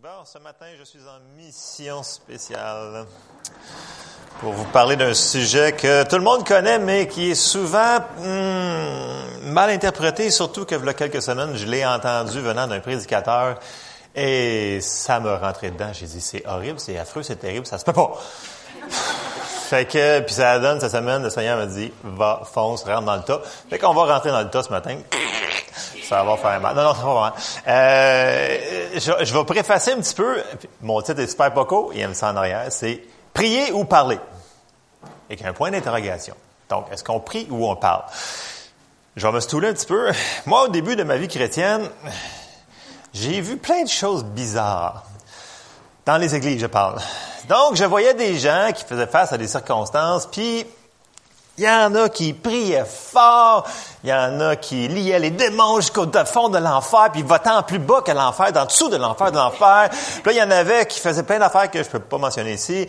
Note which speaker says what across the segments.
Speaker 1: Bon, ce matin, je suis en mission spéciale pour vous parler d'un sujet que tout le monde connaît, mais qui est souvent mal interprété, surtout que il y a quelques semaines, je l'ai entendu venant d'un prédicateur et ça m'a rentré dedans. J'ai dit, c'est horrible, c'est affreux, c'est terrible, ça se peut pas. Fait que, puis ça donne, cette semaine, le Seigneur m'a dit, va, fonce, rentre dans le tas. Fait qu'on va rentrer dans le tas ce matin. Ça va faire mal. Non, ça va mal. Je vais préfacer un petit peu. Mon titre est super poco. Il y a ça en arrière. C'est « Prier ou parler ?» et qu'il y a un point d'interrogation. Donc, est-ce qu'on prie ou on parle? Je vais me stouler un petit peu. Moi, au début de ma vie chrétienne, j'ai vu plein de choses bizarres. Dans les églises, je parle. Donc, je voyais des gens qui faisaient face à des circonstances, puis il y en a qui priaient fort, il y en a qui liaient les démons jusqu'au fond de l'enfer, puis votant plus bas que l'enfer, dans dessous de l'enfer de l'enfer. Puis là, il y en avait qui faisaient plein d'affaires que je peux pas mentionner ici.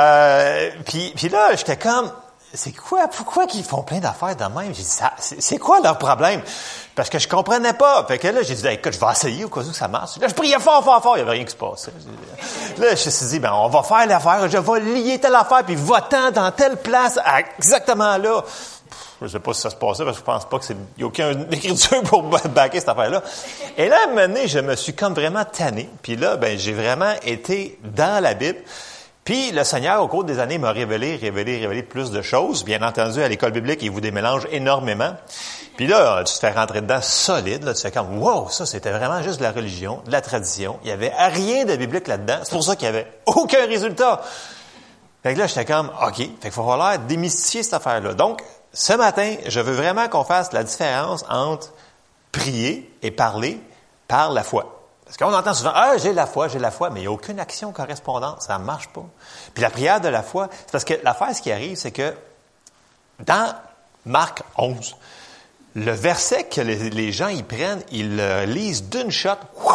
Speaker 1: Puis là, j'étais comme, c'est quoi? Pourquoi qu'ils font plein d'affaires de même? J'ai dit, c'est quoi leur problème? Parce que je comprenais pas. Fait que là, j'ai dit, écoute, je vais essayer au cas où ça marche. Là, je priais fort. Il y avait rien qui se passait. Là, je me suis dit, on va faire l'affaire. Je vais lier telle affaire, puis votant dans telle place, exactement là. Je sais pas si ça se passait, parce que je pense pas qu'il y a aucune écriture pour backer cette affaire-là. Et là, à un moment donné, je me suis comme vraiment tanné. Puis là, j'ai vraiment été dans la Bible. Puis le Seigneur, au cours des années, m'a révélé plus de choses. Bien entendu, à l'école biblique, il vous démélange énormément. Puis là, tu te fais rentrer dedans solide. Là, tu fais comme, wow, ça, c'était vraiment juste de la religion, de la tradition. Il y avait rien de biblique là-dedans. C'est pour ça qu'il y avait aucun résultat. Fait que là, j'étais comme, OK, fait qu'il va falloir démystifier cette affaire-là. Donc, ce matin, je veux vraiment qu'on fasse la différence entre prier et parler par la foi. Parce qu'on entend souvent, j'ai la foi, mais il n'y a aucune action correspondante, ça ne marche pas. Puis la prière de la foi, c'est parce que l'affaire, ce qui arrive, c'est que dans Marc 11, le verset que les gens y prennent, ils le lisent d'une shot,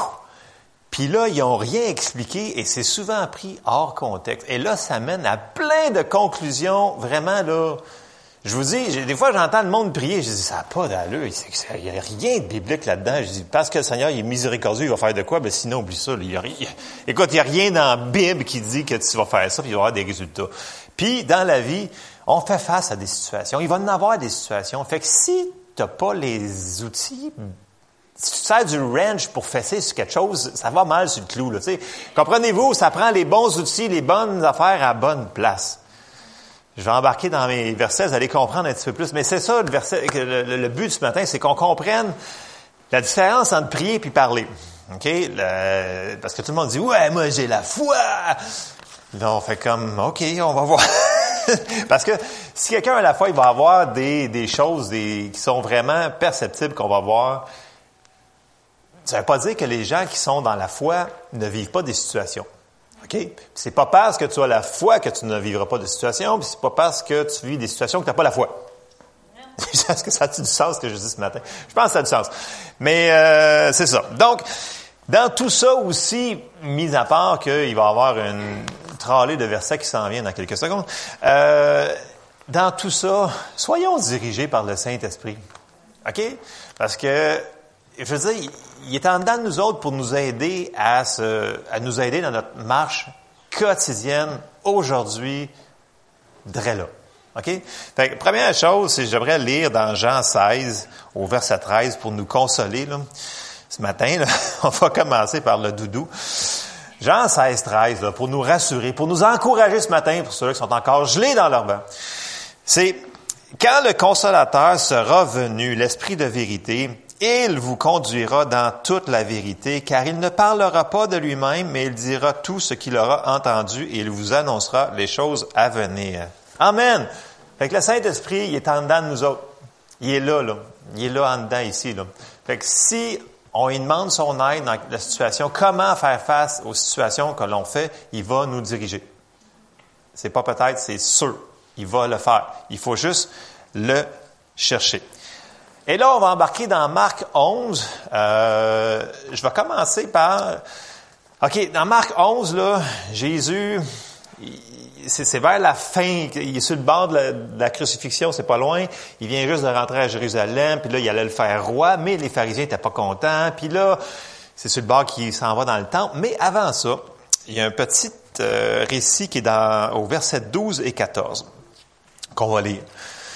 Speaker 1: puis là, ils n'ont rien expliqué et c'est souvent pris hors contexte. Et là, ça mène à plein de conclusions, vraiment, là. Je vous dis, des fois, j'entends le monde prier, je dis, ça n'a pas d'allure, il n'y a rien de biblique là-dedans. Je dis, parce que le Seigneur, il est miséricordieux, il va faire de quoi? Sinon, oublie ça. Écoute, il n'y a rien dans la Bible qui dit que tu vas faire ça, puis il va y avoir des résultats. Puis, dans la vie, on fait face à des situations. Il va y en avoir des situations. Fait que si tu n'as pas les outils, si tu sers du wrench pour fesser sur quelque chose, ça va mal sur le clou, là, tu sais. Comprenez-vous, ça prend les bons outils, les bonnes affaires à la bonne place. Je vais embarquer dans mes versets, vous allez comprendre un petit peu plus. Mais c'est ça, le but de ce matin, c'est qu'on comprenne la différence entre prier et parler. OK? Parce que tout le monde dit, ouais, moi, j'ai la foi. Là, on fait comme, OK, on va voir. Parce que si quelqu'un a la foi, il va avoir des choses qui sont vraiment perceptibles qu'on va voir. Ça ne veut pas dire que les gens qui sont dans la foi ne vivent pas des situations. OK? C'est pas parce que tu as la foi que tu ne vivras pas de situations, puis c'est pas parce que tu vis des situations que tu n'as pas la foi. Est-ce que ça a du sens ce que je dis ce matin? Je pense que ça a du sens. Mais c'est ça. Donc, dans tout ça aussi, mis à part qu'il va y avoir une tralée de versets qui s'en vient dans quelques secondes, dans tout ça, soyons dirigés par le Saint-Esprit. OK? Parce que, je veux dire, il est en dedans de nous autres pour nous aider à nous aider dans notre marche quotidienne, aujourd'hui, là. OK? Fait que, première chose, c'est que j'aimerais lire dans Jean 16, au verset 13, pour nous consoler, là. Ce matin, là, on va commencer par le doudou. Jean 16, 13, là, pour nous rassurer, pour nous encourager ce matin, pour ceux qui sont encore gelés dans leur banc. C'est, quand le Consolateur sera venu, l'Esprit de vérité, il vous conduira dans toute la vérité, car il ne parlera pas de lui-même, mais il dira tout ce qu'il aura entendu et il vous annoncera les choses à venir. Amen! Fait que le Saint-Esprit, il est en dedans de nous autres. Il est là. Il est là en dedans ici, là. Fait que si on lui demande son aide dans la situation, comment faire face aux situations que l'on fait, il va nous diriger. C'est pas peut-être, c'est sûr. Il va le faire. Il faut juste le chercher. Et là, on va embarquer dans Marc 11. Je vais commencer par... OK, dans Marc 11, là, Jésus, c'est vers la fin, il est sur le bord de la crucifixion, c'est pas loin. Il vient juste de rentrer à Jérusalem, puis là, il allait le faire roi, mais les pharisiens n'étaient pas contents. Puis là, C'est sur le bord qui s'en va dans le temple. Mais avant ça, il y a un petit récit qui est au verset 12 et 14 qu'on va lire.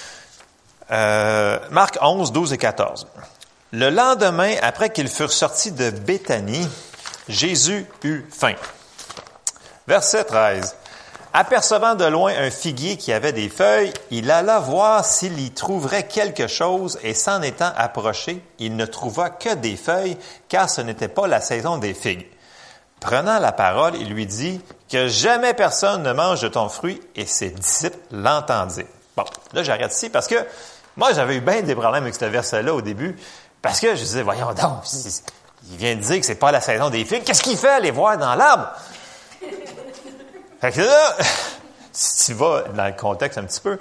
Speaker 1: Marc 11, 12 et 14. Le lendemain, après qu'ils furent sortis de Béthanie, Jésus eut faim. Verset 13. Apercevant de loin un figuier qui avait des feuilles, il alla voir s'il y trouverait quelque chose, et s'en étant approché, il ne trouva que des feuilles, car ce n'était pas la saison des figues. Prenant la parole, il lui dit que jamais personne ne mange de ton fruit, et ses disciples l'entendirent. Bon, là j'arrête ici parce que moi j'avais eu bien des problèmes avec ce verset-là au début, parce que je disais, voyons donc, il vient de dire que c'est pas la saison des figues, qu'est-ce qu'il fait aller voir dans l'arbre? Fait que là, si tu vas dans le contexte un petit peu,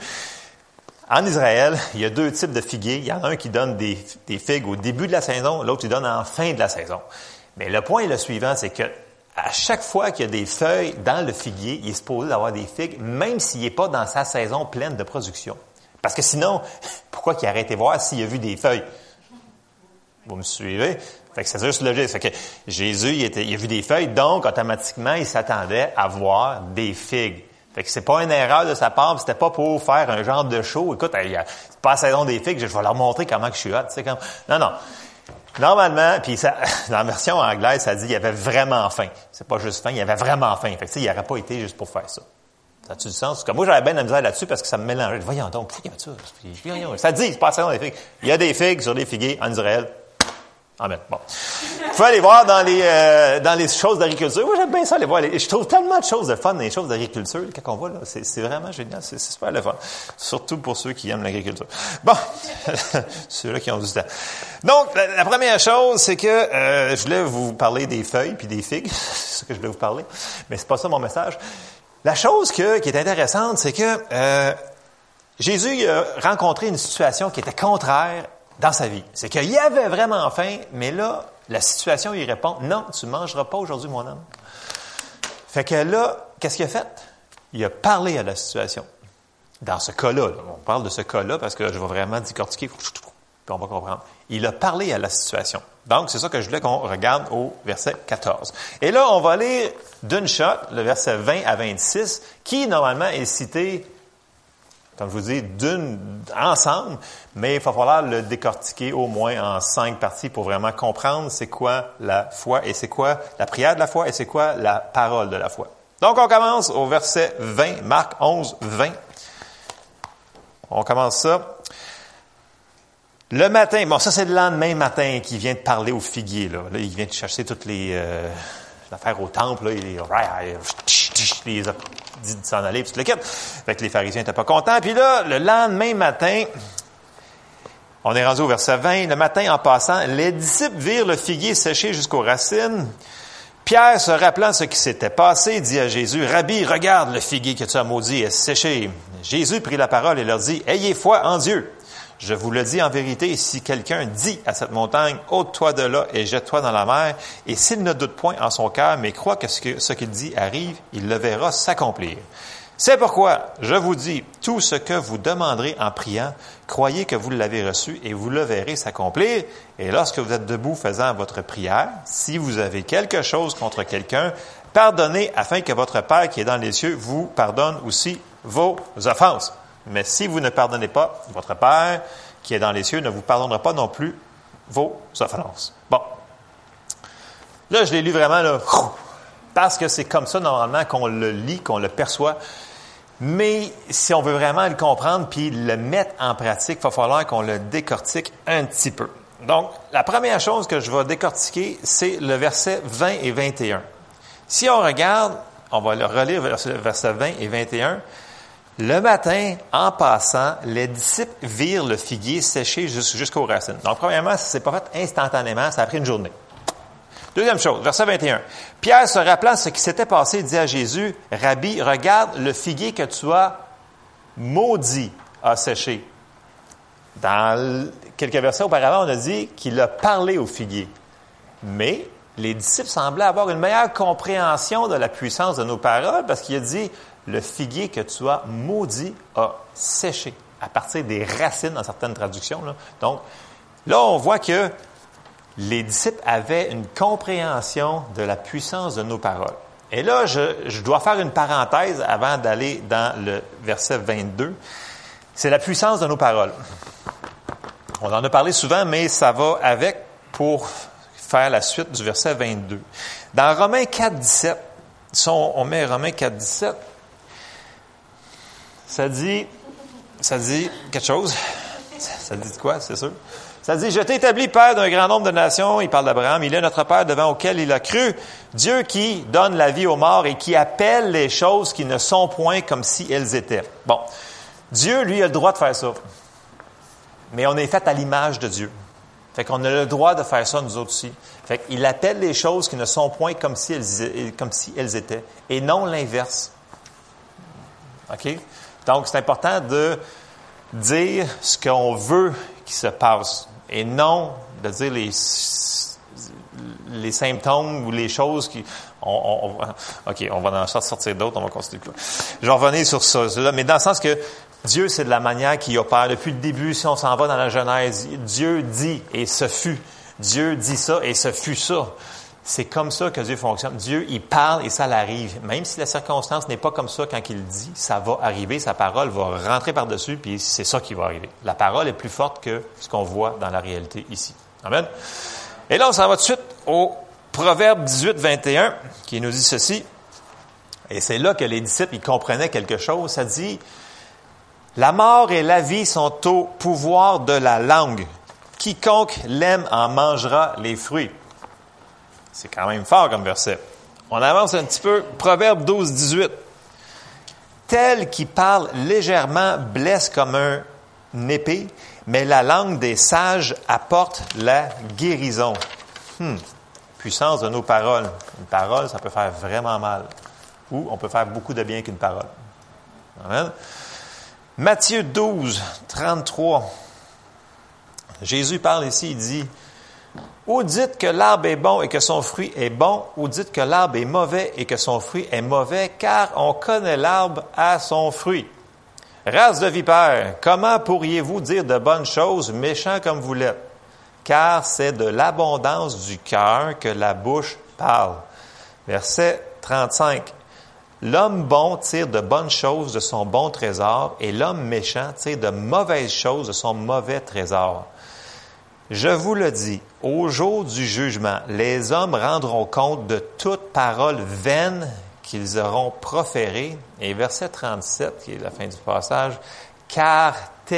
Speaker 1: en Israël, il y a deux types de figuiers. Il y en a un qui donne des figues au début de la saison, l'autre qui donne en fin de la saison. Mais le point est le suivant, c'est que à chaque fois qu'il y a des feuilles dans le figuier, il est supposé d'avoir des figues, même s'il n'est pas dans sa saison pleine de production. Parce que sinon, pourquoi qu'il aurait été voir s'il a vu des feuilles? Vous me suivez? Fait que c'est juste logique. Fait que Jésus, il a vu des feuilles, donc automatiquement, il s'attendait à voir des figues. Fait que c'est pas une erreur de sa part, c'était pas pour faire un genre de show. Écoute, c'est pas la saison des figues, je vais leur montrer comment que je suis hot. Non. Normalement, puis ça, dans la version anglaise, ça dit qu'il avait vraiment faim. C'est pas juste faim, il avait vraiment faim. Fait que il n'aurait pas été juste pour faire ça. Ça a-tu du sens? Comme moi, j'avais bien de la misère là-dessus parce que ça me mélangeait. Voyons donc, pourquoi il y avait ça? Ça dit, c'est pas la saison des figues. Il y a des figues sur les figuiers en Israël. Amen. Bon. Vous pouvez aller voir dans les choses d'agriculture. Moi, j'aime bien ça, aller voir. Je trouve tellement de choses de fun dans les choses d'agriculture. Quand on voit, là, c'est vraiment génial. C'est super le fun. Surtout pour ceux qui aiment l'agriculture. Bon. Ceux-là qui ont du temps. Donc, la première chose, c'est que, je voulais vous parler des feuilles puis des figues. C'est ça que je voulais vous parler. Mais c'est pas ça mon message. La chose qui est intéressante, c'est que, Jésus a rencontré une situation qui était contraire dans sa vie. C'est qu'il avait vraiment faim, mais là, la situation lui répond, non, tu ne mangeras pas aujourd'hui, mon homme. Fait que là, qu'est-ce qu'il a fait? Il a parlé à la situation. Dans ce cas-là, on parle de ce cas-là parce que je vais vraiment décortiquer, puis on va comprendre. Il a parlé à la situation. Donc, c'est ça que je voulais qu'on regarde au verset 14. Et là, on va lire d'une shot, le verset 20 à 26, qui, normalement, est cité, comme je vous dis, ensemble, mais il va falloir le décortiquer au moins en 5 parties pour vraiment comprendre c'est quoi la foi et c'est quoi la prière de la foi et c'est quoi la parole de la foi. Donc, on commence au verset 20, Marc 11, 20. On commence ça. Le matin, bon, ça c'est le lendemain matin qu'il vient de parler au figuier, là. Là, il vient de chercher toutes les affaires au temple, là, il les a dit de s'en aller, puis tout le kit. Fait que les pharisiens n'étaient pas contents. Puis là, le lendemain matin, on est rendu au verset 20, le matin en passant, les disciples virent le figuier séché jusqu'aux racines. Pierre, se rappelant ce qui s'était passé, dit à Jésus, « Rabbi, regarde le figuier que tu as maudit est séché. » Jésus prit la parole et leur dit, « Ayez foi en Dieu. Je vous le dis en vérité, si quelqu'un dit à cette montagne, ôte-toi de là et jette-toi dans la mer, et s'il ne doute point en son cœur, mais croit que ce qu'il dit arrive, il le verra s'accomplir. C'est pourquoi, je vous dis, tout ce que vous demanderez en priant, croyez que vous l'avez reçu et vous le verrez s'accomplir. Et lorsque vous êtes debout faisant votre prière, si vous avez quelque chose contre quelqu'un, pardonnez afin que votre Père qui est dans les cieux vous pardonne aussi vos offenses. Mais si vous ne pardonnez pas, votre Père qui est dans les cieux ne vous pardonnera pas non plus vos offenses. Bon. Là, je l'ai lu vraiment, là, parce que c'est comme ça, normalement, qu'on le lit, qu'on le perçoit. Mais si on veut vraiment le comprendre puis le mettre en pratique, il va falloir qu'on le décortique un petit peu. Donc, la première chose que je vais décortiquer, c'est le verset 20 et 21. Si on regarde, on va le relire verset 20 et 21. Le matin, en passant, les disciples virent le figuier séché jusqu'aux racines. Donc, premièrement, ça ne s'est pas fait instantanément, ça a pris une journée. Deuxième chose, verset 21. Pierre, se rappelant ce qui s'était passé, dit à Jésus, « Rabbi, regarde le figuier que tu as maudit a séché. » Dans quelques versets auparavant, on a dit qu'il a parlé au figuier. Mais les disciples semblaient avoir une meilleure compréhension de la puissance de nos paroles parce qu'il a dit, « Le figuier que tu as maudit a séché. » À partir des racines dans certaines traductions. Là. Donc, là, on voit que les disciples avaient une compréhension de la puissance de nos paroles. Et là, je dois faire une parenthèse avant d'aller dans le verset 22. C'est la puissance de nos paroles. On en a parlé souvent, mais ça va avec pour faire la suite du verset 22. Dans Romains 4, 17, si on met Romains 4, 17, ça dit quelque chose. Ça dit quoi, c'est sûr? Ça dit, je t'ai établi père d'un grand nombre de nations. Il parle d'Abraham. Il est notre père devant auquel il a cru. Dieu qui donne la vie aux morts et qui appelle les choses qui ne sont point comme si elles étaient. Bon. Dieu, lui, a le droit de faire ça. Mais on est fait à l'image de Dieu. Fait qu'on a le droit de faire ça, nous autres aussi. Fait qu'il appelle les choses qui ne sont point comme si elles étaient. Et non l'inverse. OK? Donc, c'est important de dire ce qu'on veut qu'il se passe. Et non de dire les symptômes ou les choses qui... OK, on va en sortir d'autres, on va continuer. Je vais revenir sur ça. Mais dans le sens que Dieu, c'est de la manière qu'il opère. Depuis le début, si on s'en va dans la Genèse, Dieu dit et ce fut. Dieu dit ça et ce fut ça. C'est comme ça que Dieu fonctionne. Dieu, il parle et ça l'arrive. Même si la circonstance n'est pas comme ça quand il dit, ça va arriver, sa parole va rentrer par-dessus, puis c'est ça qui va arriver. La parole est plus forte que ce qu'on voit dans la réalité ici. Amen. Et là, on s'en va tout de suite au Proverbe 18, 21, qui nous dit ceci. Et c'est là que les disciples, ils comprenaient quelque chose. Ça dit, « La mort et la vie sont au pouvoir de la langue. Quiconque l'aime en mangera les fruits. » C'est quand même fort comme verset. On avance un petit peu. Proverbe 12, 18. « Tel qui parle légèrement blesse comme un épée, mais la langue des sages apporte la guérison. » Puissance de nos paroles. Une parole, ça peut faire vraiment mal. Ou on peut faire beaucoup de bien qu'une parole. Amen. Matthieu 12, 33. Jésus parle ici, il dit, « Ou dites que l'arbre est bon et que son fruit est bon, ou dites que l'arbre est mauvais et que son fruit est mauvais, car on connaît l'arbre à son fruit. Race de vipères, comment pourriez-vous dire de bonnes choses, méchants comme vous l'êtes? Car c'est de l'abondance du cœur que la bouche parle. » Verset 35. L'homme bon tire de bonnes choses de son bon trésor, et l'homme méchant tire de mauvaises choses de son mauvais trésor. Je vous le dis, au jour du jugement, les hommes rendront compte de toute parole vaine qu'ils auront proférée. Et verset 37, qui est la fin du passage, car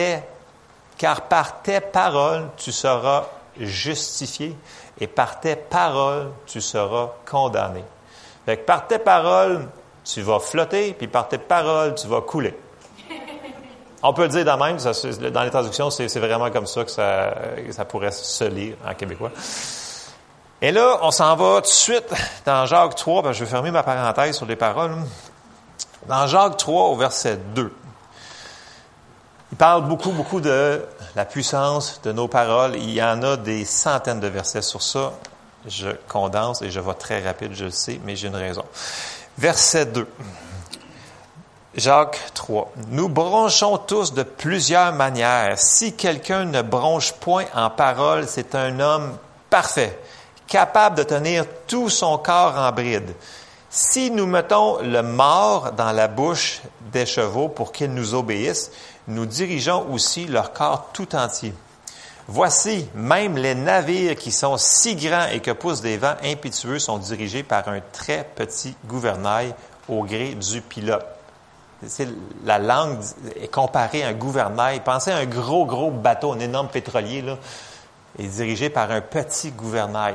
Speaker 1: par tes paroles tu seras justifié, et par tes paroles tu seras condamné. Fait que par tes paroles, tu vas flotter, puis par tes paroles, tu vas couler. On peut le dire de même, dans les traductions, c'est vraiment comme ça que ça pourrait se lire en québécois. Et là, on s'en va tout de suite dans Jacques 3, parce que je vais fermer ma parenthèse sur les paroles. Dans Jacques 3, au verset 2, il parle beaucoup de la puissance de nos paroles. Il y en a des centaines de versets sur ça. Je condense et je vais très rapide, je le sais, mais j'ai une raison. Verset 2. Jacques 3. « Nous bronchons tous de plusieurs manières. Si quelqu'un ne bronche point en parole, c'est un homme parfait, capable de tenir tout son corps en bride. Si nous mettons le mort dans la bouche des chevaux pour qu'ils nous obéissent, nous dirigeons aussi leur corps tout entier. Voici, même les navires qui sont si grands et que poussent des vents impétueux sont dirigés par un très petit gouvernail au gré du pilote. » La langue est comparée à un gouvernail. Pensez à un gros bateau, un énorme pétrolier, là, est dirigé par un petit gouvernail.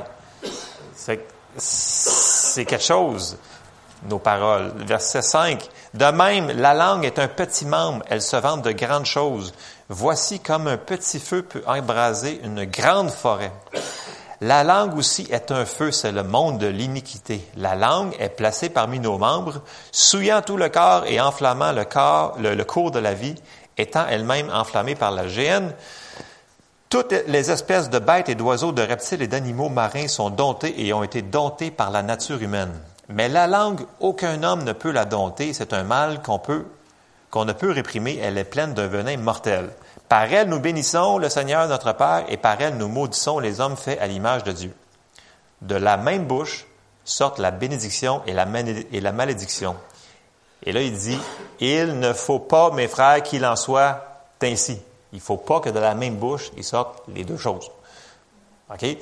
Speaker 1: C'est quelque chose, nos paroles. Verset 5. « De même, la langue est un petit membre, elle se vante de grandes choses. Voici comme un petit feu peut embraser une grande forêt. La langue aussi est un feu, c'est le monde de l'iniquité. La langue est placée parmi nos membres, souillant tout le corps et enflammant le cours de la vie, étant elle-même enflammée par la géhenne. Toutes les espèces de bêtes et d'oiseaux, de reptiles et d'animaux marins sont domptés et ont été domptés par la nature humaine. Mais la langue, aucun homme ne peut la dompter. C'est un mal qu'on ne peut réprimer. Elle est pleine d'un venin mortel. Par elle, nous bénissons le Seigneur notre Père, et par elle, nous maudissons les hommes faits à l'image de Dieu. De la même bouche sortent la bénédiction et la malédiction. Et là, il dit, il ne faut pas, mes frères, qu'il en soit ainsi. Il ne faut pas que de la même bouche, il sortent les deux choses. OK? Puis,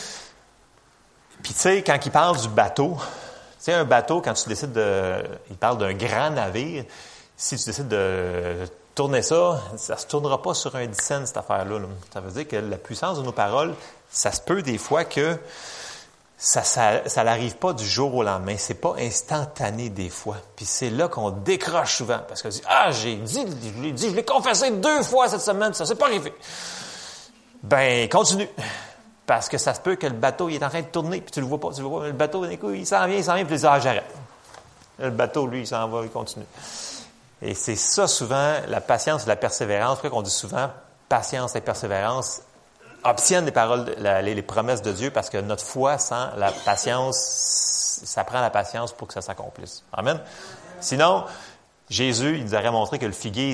Speaker 1: tu sais, quand il parle du bateau, tu sais, un bateau, quand tu décides il parle d'un grand navire, si tu décides de tourner ça ne se tournera pas sur un 10 cents, cette affaire-là. Là. Ça veut dire que la puissance de nos paroles, ça se peut des fois que ça n'arrive pas du jour au lendemain. C'est pas instantané des fois. Puis c'est là qu'on décroche souvent. Parce que je l'ai confessé 2 fois cette semaine, ça s'est pas arrivé. Ben, continue. Parce que ça se peut que le bateau, il est en train de tourner, puis tu le vois pas. Le bateau, d'un coup, il s'en vient, puis tu dis, j'arrête. Le bateau, lui, il s'en va, il continue. Et c'est ça souvent, la patience et la persévérance. C'est pourquoi qu'on dit souvent, patience et persévérance obtiennent les paroles, les promesses de Dieu, parce que notre foi sans la patience, ça prend la patience pour que ça s'accomplisse. Amen. Sinon, Jésus, il nous aurait montré que le figuier,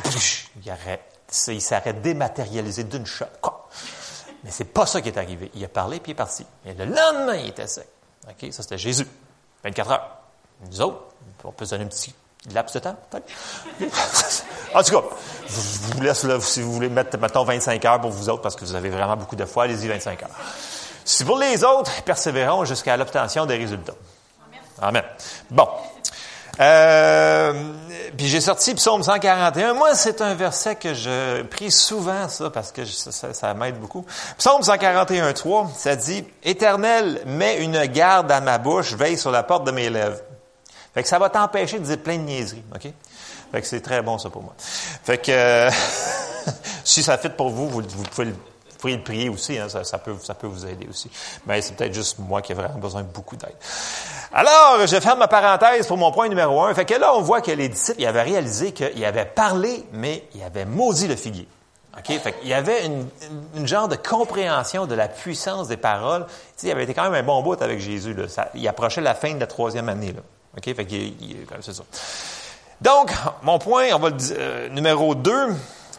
Speaker 1: il serait dématérialisé d'une shot. Quoi? Mais c'est pas ça qui est arrivé. Il a parlé, puis il est parti. Et le lendemain, il était sec. OK? Ça, c'était Jésus. 24 heures. Nous autres, on peut se donner un petit laps de temps, peut-être? En tout cas, je vous laisse là, si vous voulez mettre, mettons, 25 heures pour vous autres, parce que vous avez vraiment beaucoup de foi, allez-y 25 heures. Si pour les autres, persévérons jusqu'à l'obtention des résultats. Amen. Bon. Puis j'ai sorti Psaume 141. Moi, c'est un verset que je prie souvent, ça, parce que ça m'aide beaucoup. Psaume 141, 3, ça dit, « Éternel, mets une garde à ma bouche, veille sur la porte de mes lèvres. » Fait que ça va t'empêcher de dire plein de niaiseries, OK? Fait que c'est très bon, ça, pour moi. Fait que, si ça fit pour vous, vous pouvez le prier aussi, hein, ça peut vous aider aussi. Mais c'est peut-être juste moi qui ai vraiment besoin de beaucoup d'aide. Alors, je ferme ma parenthèse pour mon point numéro 1. Fait que là, on voit que les disciples, ils avaient réalisé qu'ils avaient parlé, mais ils avaient maudit le figuier. OK? Fait qu'il y avait une genre de compréhension de la puissance des paroles. Tu sais, il avait été quand même un bon bout avec Jésus, là. Il approchait la fin de la 3e année, là. OK? Fait que c'est ça. Donc, mon point, on va numéro 2,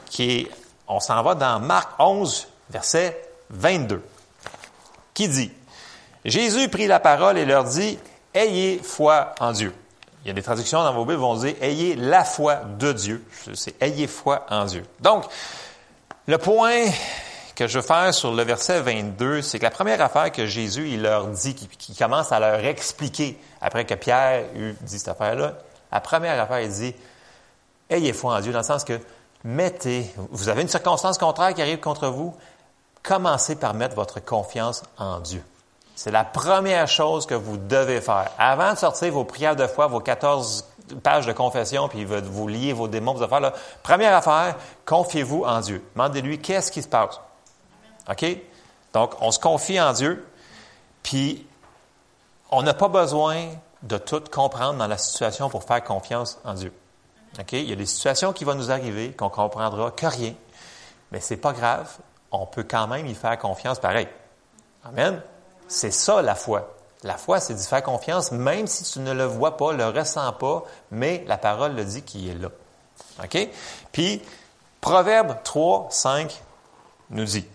Speaker 1: on s'en va dans Marc 11, verset 22, qui dit, Jésus prit la parole et leur dit, ayez foi en Dieu. Il y a des traductions dans vos Bibles qui vont dire, ayez la foi de Dieu. C'est ayez foi en Dieu. Donc, le point que je veux faire sur le verset 22, c'est que la première affaire que Jésus, il leur dit, qui commence à leur expliquer, après que Pierre eut dit cette affaire-là, la première affaire, il dit, ayez foi en Dieu, dans le sens que vous avez une circonstance contraire qui arrive contre vous, commencez par mettre votre confiance en Dieu. C'est la première chose que vous devez faire. Avant de sortir vos prières de foi, vos 14 pages de confession, puis vous lier vos démons, vos affaires, là, première affaire, confiez-vous en Dieu. Demandez-lui qu'est-ce qui se passe. OK? Donc, on se confie en Dieu, puis on n'a pas besoin de tout comprendre dans la situation pour faire confiance en Dieu. OK? Il y a des situations qui vont nous arriver qu'on ne comprendra que rien, mais c'est pas grave. On peut quand même y faire confiance pareil. Amen? C'est ça la foi. La foi, c'est d'y faire confiance, même si tu ne le vois pas, le ressens pas, mais la parole le dit qu'il est là. OK? Puis, Proverbe 3, 5 nous dit,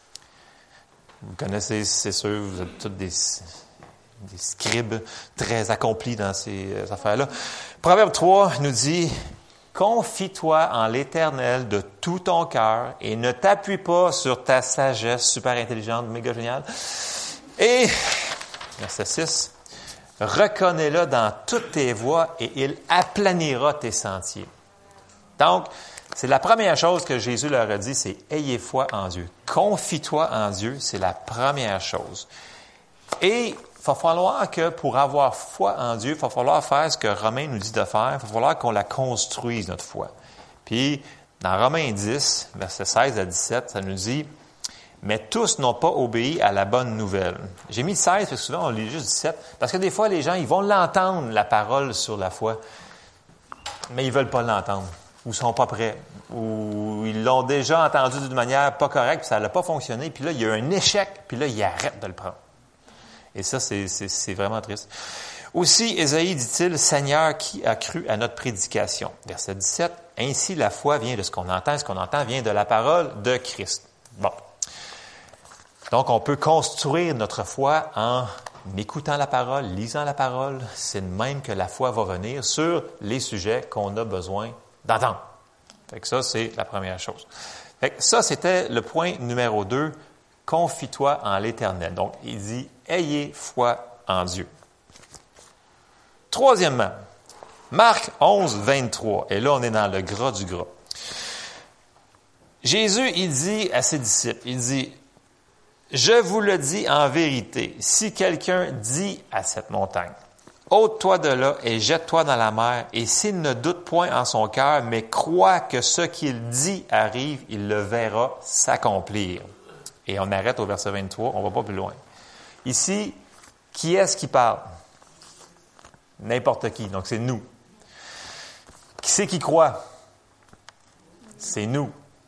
Speaker 1: vous connaissez, c'est sûr, vous êtes tous des scribes très accomplis dans ces affaires-là. Proverbe 3 nous dit, confie-toi en l'Éternel de tout ton cœur et ne t'appuie pas sur ta sagesse super intelligente, méga géniale. Et, verset 6, reconnais-le dans toutes tes voies et il aplanira tes sentiers. Donc, c'est la première chose que Jésus leur a dit, c'est ayez foi en Dieu. Confie-toi en Dieu, c'est la première chose. Et il va falloir que pour avoir foi en Dieu, il va falloir faire ce que Romains nous dit de faire, il va falloir qu'on la construise, notre foi. Puis, dans Romains 10, versets 16 à 17, ça nous dit, mais tous n'ont pas obéi à la bonne nouvelle. J'ai mis 16, parce que souvent on lit juste 17, parce que des fois les gens, ils vont l'entendre, la parole sur la foi, mais ils veulent pas l'entendre, ou ils sont pas prêts, ou ils l'ont déjà entendu d'une manière pas correcte, puis ça n'a pas fonctionné, puis là, il y a un échec, puis là, ils arrêtent de le prendre. Et ça, c'est vraiment triste. Aussi, Ésaïe dit-il, « Seigneur, qui a cru à notre prédication? » Verset 17, « Ainsi la foi vient de ce qu'on entend, ce qu'on entend vient de la parole de Christ. » Bon. Donc, on peut construire notre foi en écoutant la parole, lisant la parole. C'est de même que la foi va venir sur les sujets qu'on a besoin d'entendre. Fait que ça, c'est la première chose. Fait que ça, c'était le point numéro 2. Confie-toi en l'Éternel. Donc, il dit, ayez foi en Dieu. Troisièmement, Marc 11, 23. Et là, on est dans le gras du gras. Jésus, il dit à ses disciples, il dit, « Je vous le dis en vérité, si quelqu'un dit à cette montagne, ôte-toi de là et jette-toi dans la mer, et s'il ne doute point en son cœur, mais croit que ce qu'il dit arrive, il le verra s'accomplir. » Et on arrête au verset 23, on ne va pas plus loin. Ici, qui est-ce qui parle? N'importe qui, donc c'est nous. Qui c'est qui croit? C'est nous.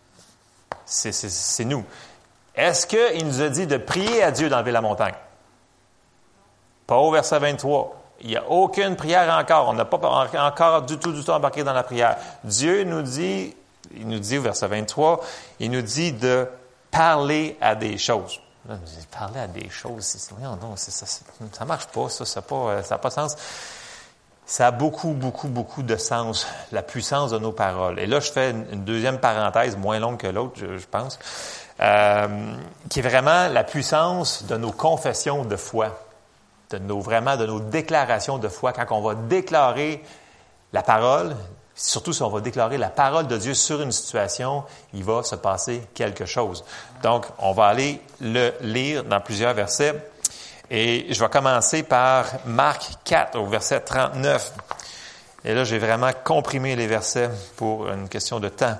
Speaker 1: C'est nous. Est-ce qu'il nous a dit de prier à Dieu d'enlever la montagne? Pas au verset 23. Il n'y a aucune prière encore. On n'a pas encore du tout embarqué dans la prière. Dieu nous dit, il nous dit au verset 23, il nous dit de parler à des choses. Là, parler à des choses, ça marche pas, ça n'a pas de sens. Ça a beaucoup de sens, la puissance de nos paroles. Et là, je fais une deuxième parenthèse, moins longue que l'autre, je pense, qui est vraiment la puissance de nos confessions de foi, de nos déclarations de foi. Quand on va déclarer la parole, surtout si on va déclarer la parole de Dieu sur une situation, il va se passer quelque chose. Donc, on va aller le lire dans plusieurs versets. Et je vais commencer par Marc 4, au verset 39. Et là, j'ai vraiment comprimé les versets pour une question de temps.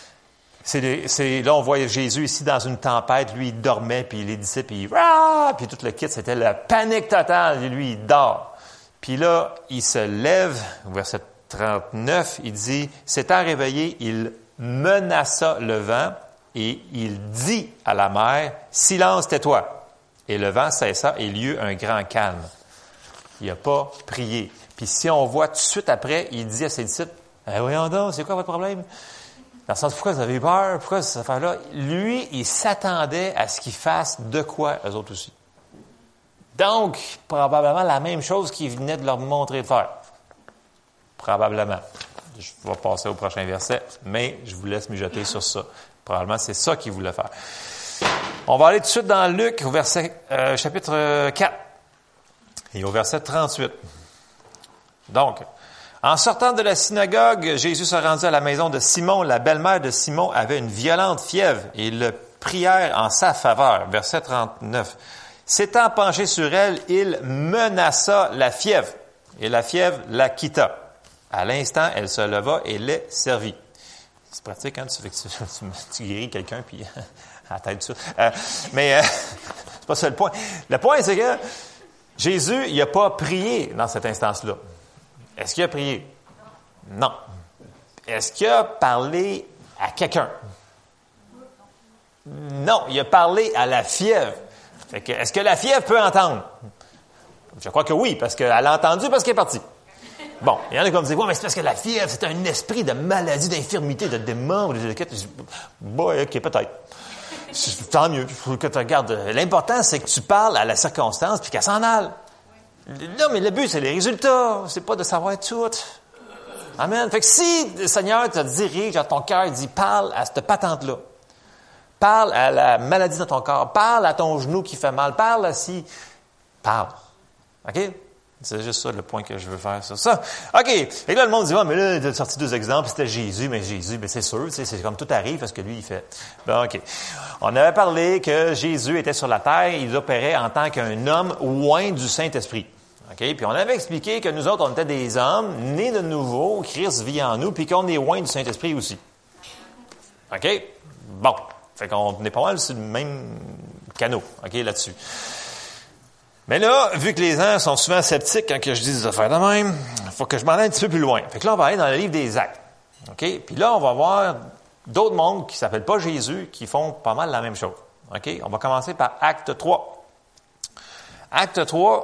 Speaker 1: Là, on voit Jésus ici dans une tempête. Lui, il dormait, puis les disciples, puis tout le kit, c'était la panique totale. Et lui, il dort. Puis là, il se lève, au verset 39, il dit, « S'étant réveillé, il menaça le vent et il dit à la mer, « Silence, tais-toi. » Et le vent cessa et il y eut un grand calme. Il n'a pas prié. Puis si on voit tout de suite après, il dit à ses disciples, « Voyons donc, c'est quoi votre problème? » Dans le sens, pourquoi vous avez peur? Pourquoi cette affaire-là? Lui, il s'attendait à ce qu'ils fassent de quoi, eux autres aussi. Donc, probablement la même chose qu'il venait de leur montrer de faire. Probablement. Je vais passer au prochain verset, mais je vous laisse mijoter sur ça. Probablement, c'est ça qu'il voulait faire. On va aller tout de suite dans Luc, au chapitre 4, et au verset 38. Donc, en sortant de la synagogue, Jésus se rendit à la maison de Simon. La belle-mère de Simon avait une violente fièvre, et ils le prièrent en sa faveur. Verset 39. S'étant penché sur elle, il menaça la fièvre, et la fièvre la quitta. À l'instant, elle se leva et les servit. C'est pratique, hein? Tu guéris quelqu'un, puis à la tête dessus. Mais c'est pas ça le point. Le point, c'est que Jésus, il n'a pas prié dans cette instance-là. Est-ce qu'il a prié? Non. Est-ce qu'il a parlé à quelqu'un? Non, il a parlé à la fièvre. Fait que, est-ce que la fièvre peut entendre? Je crois que oui, parce qu'elle a entendu, parce qu'elle est partie. Bon, il y en a qui vont me dire, ouais, mais c'est parce que la fièvre, c'est un esprit de maladie, d'infirmité, de démon, bon, ok, peut-être. Tant mieux, il faut que tu regardes. L'important, c'est que tu parles à la circonstance puis qu'elle s'en aille. Non, mais le but, c'est les résultats. C'est pas de savoir tout. Amen. Fait que si le Seigneur te dirige à ton cœur, il dit, parle à cette patente-là. Parle à la maladie dans ton corps. Parle à ton genou qui fait mal. Parle assis. Parle. OK? C'est juste ça le point que je veux faire sur ça. OK. Et là, le monde dit, mais là, il a sorti 2 exemples, c'était Jésus, mais c'est sûr, c'est comme tout arrive parce que lui, il fait. Bon, OK. On avait parlé que Jésus était sur la terre, il opérait en tant qu'un homme oint du Saint-Esprit. OK? Puis on avait expliqué que nous autres, on était des hommes nés de nouveau, Christ vit en nous, puis qu'on est oint du Saint-Esprit aussi. OK? Bon. Fait qu'on est pas mal sur le même canot, OK, là-dessus. Mais là, vu que les gens sont souvent sceptiques quand je dis des affaires de même, il faut que je m'en aille un petit peu plus loin. Fait que là, on va aller dans le livre des Actes. OK? Puis là, on va voir d'autres mondes qui ne s'appellent pas Jésus, qui font pas mal la même chose. OK? On va commencer par Acte 3. Acte 3,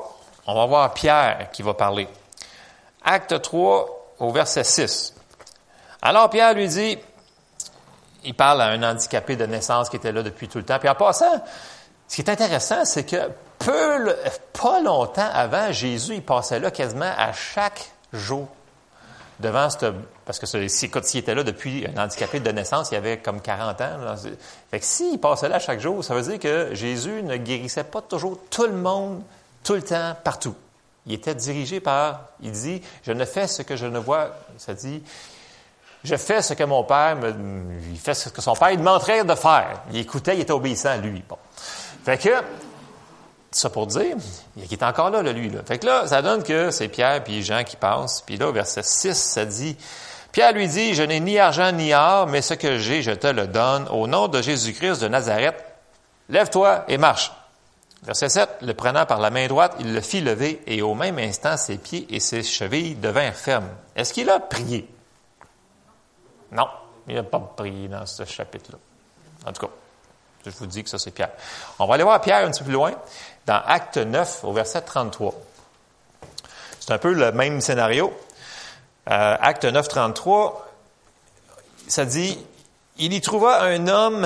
Speaker 2: on va voir Pierre qui va parler. Acte 3, au verset 6. Alors Pierre lui dit, il parle à un handicapé de naissance qui était là depuis tout le temps. Puis en passant, ce qui est intéressant, c'est que pas longtemps avant, Jésus, il passait là quasiment à chaque jour. Parce que s'il était là depuis un handicapé de naissance, il avait comme 40 ans. Là. Fait que s'il passait là chaque jour, ça veut dire que Jésus ne guérissait pas toujours tout le monde, tout le temps, partout. Il était dirigé il dit, je ne fais ce que je ne vois, ça dit, je fais ce que mon père il fait ce que son père il demanderait de faire. Il écoutait, il était obéissant, lui. Bon. Fait que, ça pour dire, il est encore là, lui. Là. Fait que là, ça donne que c'est Pierre puis Jean qui passent. Puis là, au verset 6, ça dit, Pierre lui dit, je n'ai ni argent ni or, mais ce que j'ai, je te le donne. Au nom de Jésus-Christ de Nazareth, lève-toi et marche. Verset 7, le prenant par la main droite, il le fit lever, et au même instant, ses pieds et ses chevilles devinrent fermes. Est-ce qu'il a prié? Non, il n'a pas prié dans ce chapitre-là. En tout cas, je vous dis que ça, c'est Pierre. On va aller voir Pierre un petit peu plus loin, dans Acte 9, au verset 33. C'est un peu le même scénario. Acte 9, 33, ça dit, il y trouva un homme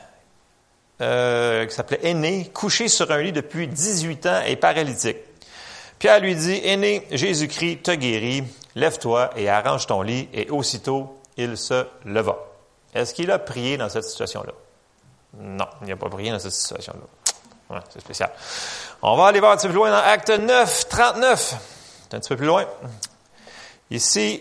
Speaker 2: qui s'appelait Aîné, couché sur un lit depuis 18 ans et paralytique. Pierre lui dit, Aîné, Jésus-Christ te guérit, lève-toi et arrange ton lit, et aussitôt, il se leva. Est-ce qu'il a prié dans cette situation-là? Non, il n'a pas prié dans cette situation-là. Ouais, c'est spécial. On va aller voir un petit peu plus loin dans Acte 9, 39. C'est un petit peu plus loin. Ici,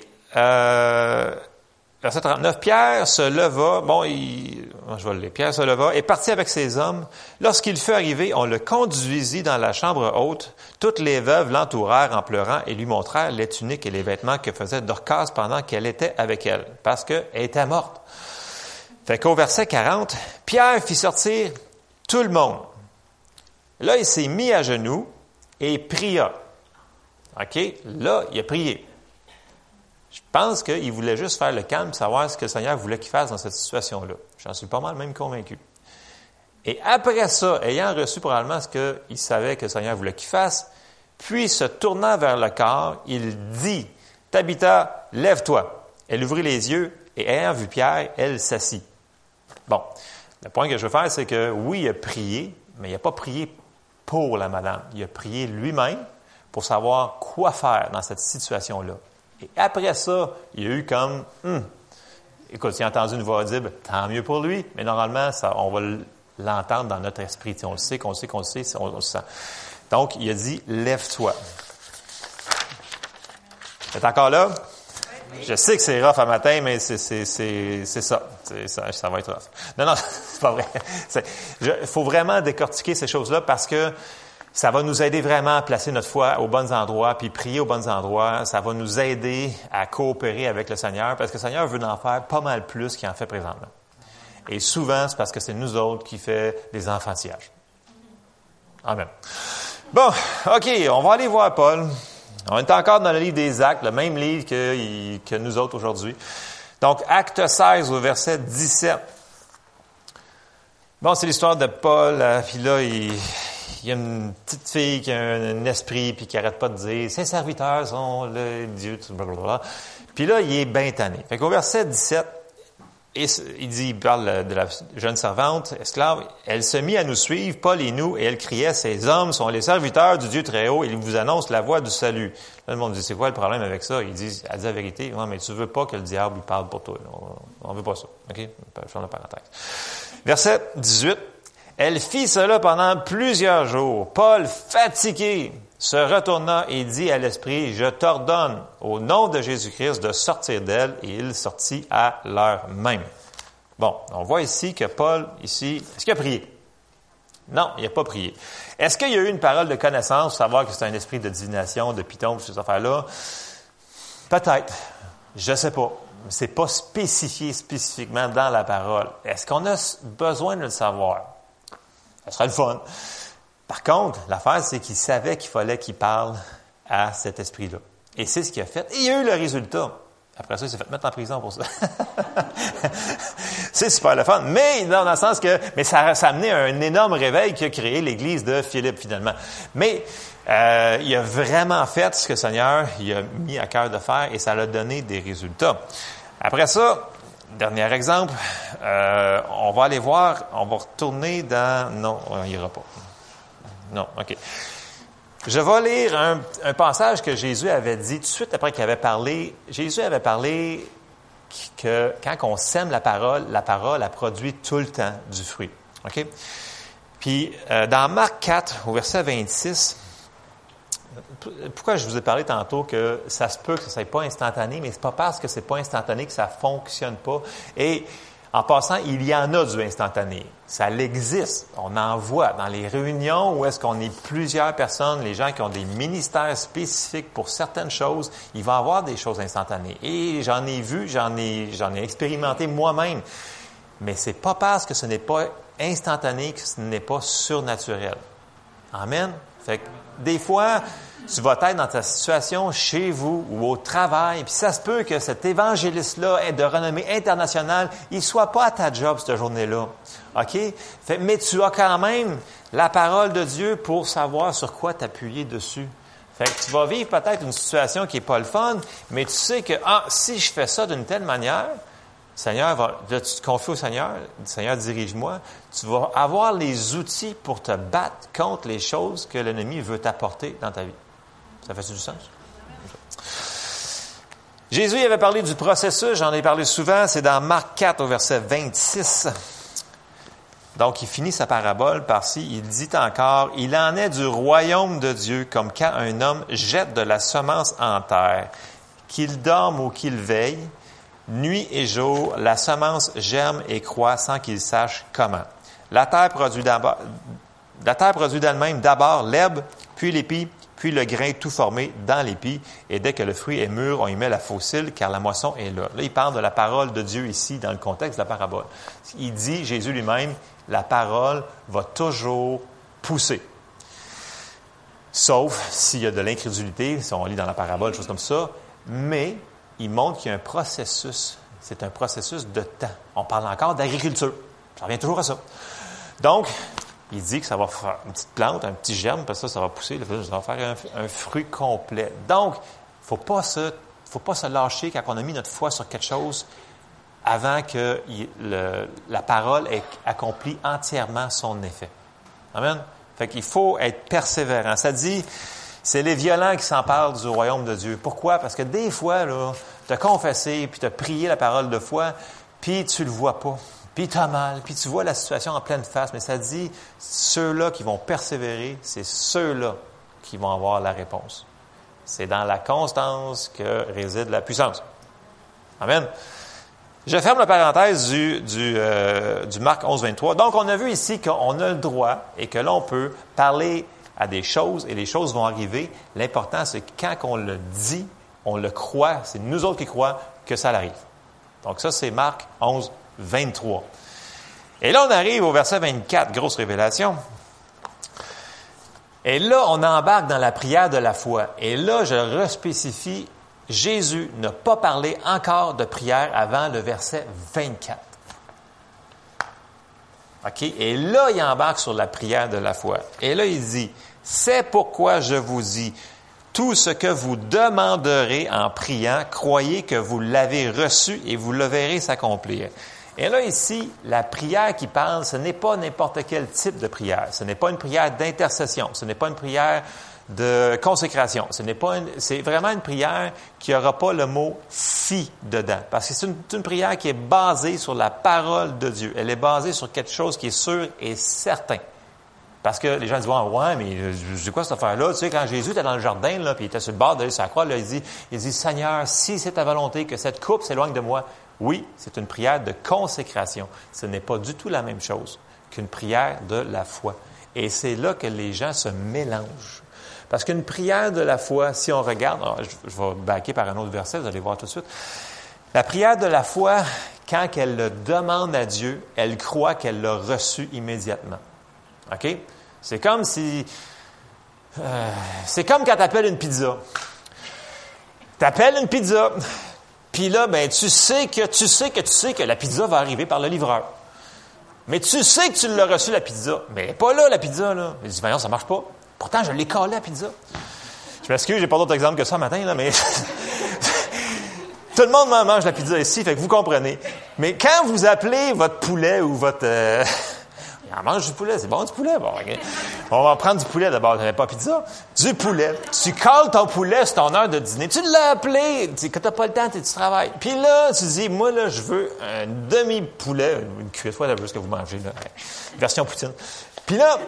Speaker 2: verset 39, Pierre se leva, je vais le lire. Pierre se leva et partit avec ses hommes. Lorsqu'il fut arrivé, on le conduisit dans la chambre haute. Toutes les veuves l'entourèrent en pleurant et lui montrèrent les tuniques et les vêtements que faisait Dorcas pendant qu'elle était avec elle, parce qu'elle était morte. Fait qu'au verset 40, Pierre fit sortir tout le monde. Là, il s'est mis à genoux et pria. OK? Là, il a prié. Je pense qu'il voulait juste faire le calme et savoir ce que le Seigneur voulait qu'il fasse dans cette situation-là. J'en suis pas mal même convaincu. Et après ça, ayant reçu probablement ce qu'il savait que le Seigneur voulait qu'il fasse, puis se tournant vers le corps, il dit, « Tabitha, lève-toi. » Elle ouvrit les yeux et ayant vu Pierre, elle s'assit. Bon, le point que je veux faire, c'est que oui, il a prié, mais il n'a pas prié pour la madame. Il a prié lui-même pour savoir quoi faire dans cette situation-là. Et après ça, il y a eu comme, écoute, il a entendu une voix audible, tant mieux pour lui, mais normalement, on va l'entendre dans notre esprit. On le sait, on le sent. Donc, il a dit, lève-toi. Vous êtes encore là? Je sais que c'est rough à matin, mais c'est ça. Ça va être rough. Non, c'est pas vrai. Il faut vraiment décortiquer ces choses-là parce que ça va nous aider vraiment à placer notre foi aux bons endroits, puis prier aux bons endroits. Ça va nous aider à coopérer avec le Seigneur, parce que le Seigneur veut en faire pas mal plus qu'il en fait présentement. Et souvent, c'est parce que c'est nous autres qui fait des enfantillages. Amen. Bon, OK, on va aller voir Paul. On est encore dans le livre des Actes, le même livre que nous autres aujourd'hui. Donc, Acte 16 au verset 17. Bon, c'est l'histoire de Paul, puis là, il y a une petite fille qui a un esprit, puis qui arrête pas de dire « Ses serviteurs sont le Dieu », blablabla. Puis là, il est bien tanné. Fait qu'au verset 17, il parle de la jeune servante, esclave, elle se mit à nous suivre, Paul et nous, et elle criait, ces hommes sont les serviteurs du Dieu très haut, et ils vous annoncent la voie du salut. Là, le monde dit, c'est quoi le problème avec ça? Elle dit la vérité. Ouais, mais tu veux pas que le diable parle pour toi. On veut pas ça. OK? Je ferme la parenthèse. Verset 18. Elle fit cela pendant plusieurs jours. Paul, fatigué, se retourna et dit à l'esprit, je t'ordonne au nom de Jésus-Christ de sortir d'elle, et il sortit à l'heure même. Bon, on voit ici que Paul, est-ce qu'il a prié? Non, il n'a pas prié. Est-ce qu'il y a eu une parole de connaissance pour savoir que c'est un esprit de divination, de python, ces affaires-là? Peut-être. Je ne sais pas. C'est pas spécifié spécifiquement dans la parole. Est-ce qu'on a besoin de le savoir? Ça serait le fun. Par contre, l'affaire, c'est qu'il savait qu'il fallait qu'il parle à cet esprit-là. Et c'est ce qu'il a fait. Et il y a eu le résultat. Après ça, il s'est fait mettre en prison pour ça. C'est super le fun. Mais dans le sens que, ça a amené un énorme réveil qui a créé l'église de Philippe, finalement. Mais
Speaker 1: Il a vraiment fait ce que le Seigneur il a mis à cœur de faire et ça l'a donné des résultats. Après ça, dernier exemple, on va aller voir, on va retourner dans... Non, on n'ira pas. Non, OK. Je vais lire un passage que Jésus avait dit tout de suite après qu'il avait parlé. Jésus avait parlé que quand on sème la parole, elle produit tout le temps du fruit. OK? Puis, dans Marc 4, au verset 26, pourquoi je vous ai parlé tantôt que ça se peut que ce n'est pas instantané, mais c'est pas parce que c'est pas instantané que ça fonctionne pas. Et en passant, il y en a du instantané. Ça existe. On en voit dans les réunions où est-ce qu'on est plusieurs personnes, les gens qui ont des ministères spécifiques pour certaines choses, il va y avoir des choses instantanées. Et j'en ai vu, j'en ai expérimenté moi-même. Mais c'est pas parce que ce n'est pas instantané que ce n'est pas surnaturel. Amen. Fait que des fois, tu vas être dans ta situation chez vous ou au travail, puis ça se peut que cet évangéliste-là est de renommée internationale, il ne soit pas à ta job cette journée-là. OK? Mais tu as quand même la parole de Dieu pour savoir sur quoi t'appuyer dessus. Fait que tu vas vivre peut-être une situation qui n'est pas le fun, mais tu sais que, si je fais ça d'une telle manière, Seigneur, tu te confies au Seigneur, Seigneur, dirige-moi. Tu vas avoir les outils pour te battre contre les choses que l'ennemi veut t'apporter dans ta vie. Ça fait du sens? Jésus avait parlé du processus, j'en ai parlé souvent, c'est dans Marc 4 au verset 26. Donc, il finit sa parabole par-ci, il dit encore, « Il en est du royaume de Dieu comme quand un homme jette de la semence en terre, qu'il dorme ou qu'il veille, nuit et jour, la semence germe et croît sans qu'il sache comment. La terre produit d'elle-même d'abord l'herbe, puis l'épi, puis le grain tout formé dans l'épi. Et dès que le fruit est mûr, on y met la faucille, car la moisson est là. » Là, il parle de la parole de Dieu ici, dans le contexte de la parabole. Il dit, Jésus lui-même, la parole va toujours pousser. Sauf s'il y a de l'incrédulité, si on lit dans la parabole, des choses comme ça. Mais il montre qu'il y a un processus. C'est un processus de temps. On parle encore d'agriculture. Ça revient toujours à ça. Donc, il dit que ça va faire une petite plante, un petit germe, puis ça va pousser, ça va faire un fruit complet. Donc, faut pas se lâcher quand on a mis notre foi sur quelque chose avant que la parole ait accompli entièrement son effet. Amen? Fait qu'il faut être persévérant. Ça dit, c'est les violents qui s'emparent du royaume de Dieu. Pourquoi? Parce que des fois, là, tu as confessé, puis tu as prié la parole de foi, puis tu le vois pas. Puis tu as mal, puis tu vois la situation en pleine face. Mais ça dit, ceux-là qui vont persévérer, c'est ceux-là qui vont avoir la réponse. C'est dans la constance que réside la puissance. Amen. Je ferme la parenthèse du Marc 11, 23. Donc, on a vu ici qu'on a le droit et que l'on peut parler à des choses et les choses vont arriver. L'important, c'est que quand on le dit, on le croit, c'est nous autres qui croient que ça arrive. Donc ça, c'est Marc 11, 23. Et là, on arrive au verset 24, grosse révélation. Et là, on embarque dans la prière de la foi. Et là, je respécifie, Jésus n'a pas parlé encore de prière avant le verset 24. OK? Et là, il embarque sur la prière de la foi. Et là, il dit, « C'est pourquoi je vous dis, tout ce que vous demanderez en priant, croyez que vous l'avez reçu et vous le verrez s'accomplir. » Et là, ici, la prière qui parle, ce n'est pas n'importe quel type de prière. Ce n'est pas une prière d'intercession. Ce n'est pas une prière de consécration. C'est vraiment une prière qui n'aura pas le mot « si » dedans. Parce que c'est une prière qui est basée sur la parole de Dieu. Elle est basée sur quelque chose qui est sûr et certain. Parce que les gens disent « Ouais, mais c'est quoi cette affaire-là? » Tu sais, quand Jésus était dans le jardin, là, puis il était sur le bord de sa croix, là, il dit « Seigneur, si c'est ta volonté que cette coupe s'éloigne de moi, oui, c'est une prière de consécration. Ce n'est pas du tout la même chose qu'une prière de la foi. » Et c'est là que les gens se mélangent. Parce qu'une prière de la foi, si on regarde, je vais backer par un autre verset, vous allez voir tout de suite. La prière de la foi, quand elle le demande à Dieu, elle croit qu'elle l'a reçu immédiatement. OK? C'est comme c'est comme quand tu appelles une pizza. Tu appelles une pizza, puis là, ben, tu sais que la pizza va arriver par le livreur. Mais tu sais que tu l'as reçu, la pizza. Mais elle n'est pas là, la pizza, là. Il dit, voyons, ça marche pas.
Speaker 2: Pourtant, je l'ai collé à la pizza. Je m'excuse, j'ai pas d'autre exemple que ça matin, là, mais tout le monde mange la pizza ici, fait que vous comprenez. Mais quand vous appelez votre poulet ou votre... On mange du poulet, c'est bon du poulet. Bon, okay. On va prendre du poulet d'abord, pas pizza. Du poulet. Tu colles ton poulet sur ton heure de dîner. Tu l'as appelé. Quand t'as pas le temps, tu travailles. Puis là, tu dis, moi, là, je veux un demi-poulet, une cuisse, whatever ce que vous mangez, là. Version poutine. Puis là,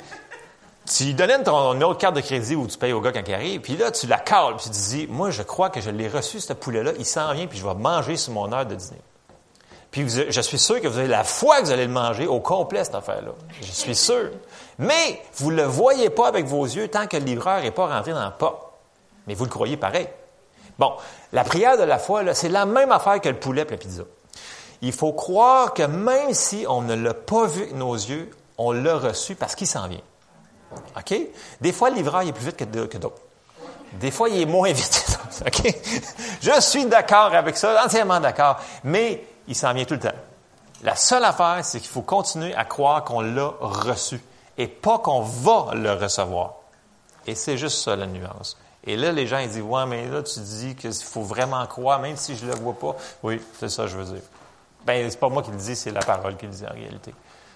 Speaker 2: tu lui donnes ton numéro de carte de crédit où tu payes au gars quand il arrive. Puis là, tu la cales. Puis tu dis, moi, je crois que je l'ai reçu, ce poulet-là. Il s'en vient, puis je vais manger sur mon heure de dîner. Puis je suis sûr que vous avez la foi que vous allez le manger au complet, cette affaire-là. Je suis sûr. Mais vous ne le voyez pas avec vos yeux tant que le livreur n'est pas rentré dans le porte. Mais vous le croyez pareil. Bon, la prière de la foi, là, c'est la même affaire que le poulet et la pizza. Il faut croire que même si on ne l'a pas vu avec nos yeux, on l'a reçu parce qu'il s'en vient. OK? Des fois, le livreur il est plus vite que d'autres. Des fois, il est moins vite. OK? Je suis d'accord avec ça, entièrement d'accord. Mais il s'en vient tout le temps. La seule affaire, c'est qu'il faut continuer à croire qu'on l'a reçu et pas qu'on va le recevoir. Et c'est juste ça, la nuance. Et là, les gens, ils disent, ouais, mais là, tu dis qu'il faut vraiment croire, même si je ne le vois pas. Oui, c'est ça que je veux dire. Ben, c'est pas moi qui le dis, c'est la parole qui le dit en réalité.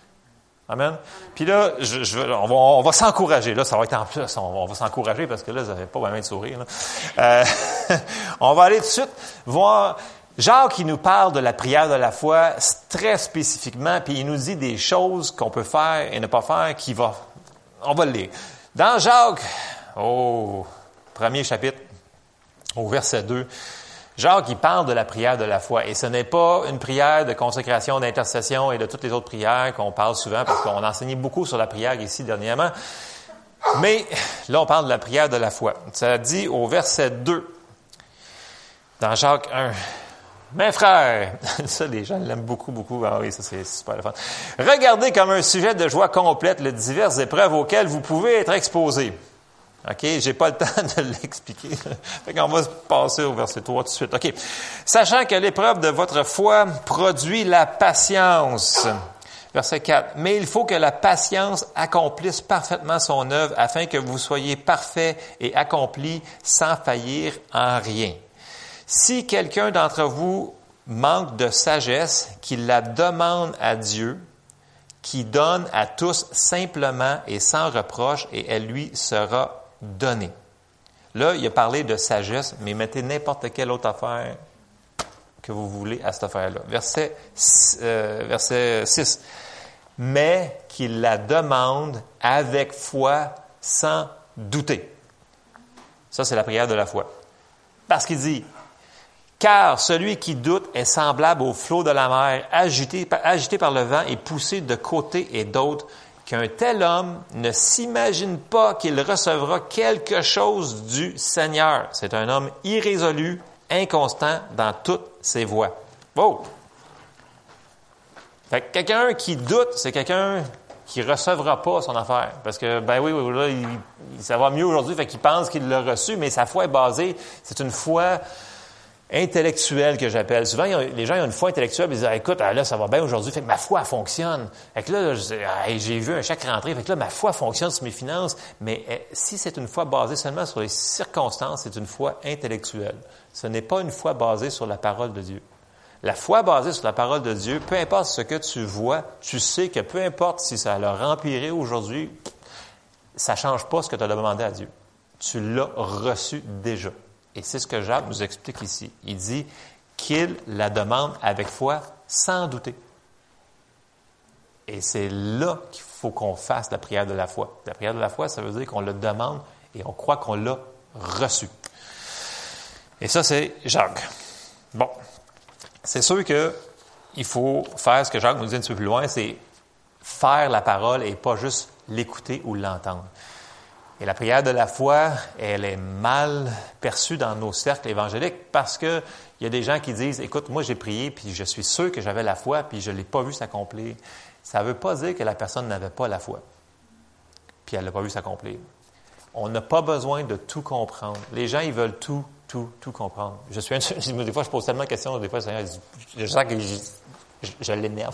Speaker 2: Amen. Puis là, on va s'encourager. Là, ça va être en plus. On va s'encourager parce que là, vous n'avez pas vraiment de sourire. Là. On va aller tout de suite voir Jacques, il nous parle de la prière de la foi très spécifiquement, puis il nous dit des choses qu'on peut faire et ne pas faire, on va le lire. Dans Jacques, au premier chapitre, au verset 2, Jacques, il parle de la prière de la foi. Et ce n'est pas une prière de consécration, d'intercession et de toutes les autres prières qu'on parle souvent, parce qu'on a enseigné beaucoup sur la prière ici dernièrement. Mais là, on parle de la prière de la foi. Ça dit au verset 2, dans Jacques 1, « Mes frères, » ça les gens l'aiment beaucoup, beaucoup. Ah oui, ça c'est super le fun. « Regardez comme un sujet de joie complète les diverses épreuves auxquelles vous pouvez être exposés. » OK, j'ai pas le temps de l'expliquer. Fait qu'on va passer au verset 3 tout de suite. OK. « Sachant que l'épreuve de votre foi produit la patience. » Verset 4. « Mais il faut que la patience accomplisse parfaitement son œuvre afin que vous soyez parfaits et accomplis sans faillir en rien. Si quelqu'un d'entre vous manque de sagesse, qu'il la demande à Dieu, qui donne à tous simplement et sans reproche, et elle lui sera donnée. » Là, il a parlé de sagesse, mais mettez n'importe quelle autre affaire que vous voulez à cette affaire-là. Verset 6. « Mais qu'il la demande avec foi, sans douter. » Ça, c'est la prière de la foi. Parce qu'il dit, « Car celui qui doute est semblable au flot de la mer, agité par le vent et poussé de côté et d'autre, qu'un tel homme ne s'imagine pas qu'il recevra quelque chose du Seigneur. C'est un homme irrésolu, inconstant dans toutes ses voies. » Wow! Fait que quelqu'un qui doute, c'est quelqu'un qui recevra pas son affaire. Parce que, ben oui, là, ça va mieux aujourd'hui, fait qu'il pense qu'il l'a reçu, mais sa foi est basée, c'est une foi intellectuelle que j'appelle. Souvent, les gens ont une foi intellectuelle, ils disent, écoute, là, ça va bien aujourd'hui, fait que ma foi fonctionne. Fait que là, j'ai vu un chèque rentrer, fait que là, ma foi fonctionne sur mes finances. Mais si c'est une foi basée seulement sur les circonstances, c'est une foi intellectuelle. Ce n'est pas une foi basée sur la parole de Dieu. La foi basée sur la parole de Dieu, peu importe ce que tu vois, tu sais que peu importe si ça l'a rempiré aujourd'hui, ça ne change pas ce que tu as demandé à Dieu. Tu l'as reçu déjà. Et c'est ce que Jacques nous explique ici. Il dit qu'il la demande avec foi sans douter. Et c'est là qu'il faut qu'on fasse la prière de la foi. La prière de la foi, ça veut dire qu'on le demande et on croit qu'on l'a reçu. Et ça, c'est Jacques. Bon. C'est sûr qu'il faut faire ce que Jacques nous dit un petit peu plus loin, c'est faire la parole et pas juste l'écouter ou l'entendre. Et la prière de la foi, elle est mal perçue dans nos cercles évangéliques parce que il y a des gens qui disent, écoute, moi j'ai prié puis je suis sûr que j'avais la foi puis je ne l'ai pas vu s'accomplir. Ça ne veut pas dire que la personne n'avait pas la foi puis elle ne l'a pas vu s'accomplir. On n'a pas besoin de tout comprendre. Les gens, ils veulent tout comprendre. Des fois, je pose tellement de questions, des fois, le Seigneur dit, je sens que Je l'énerve.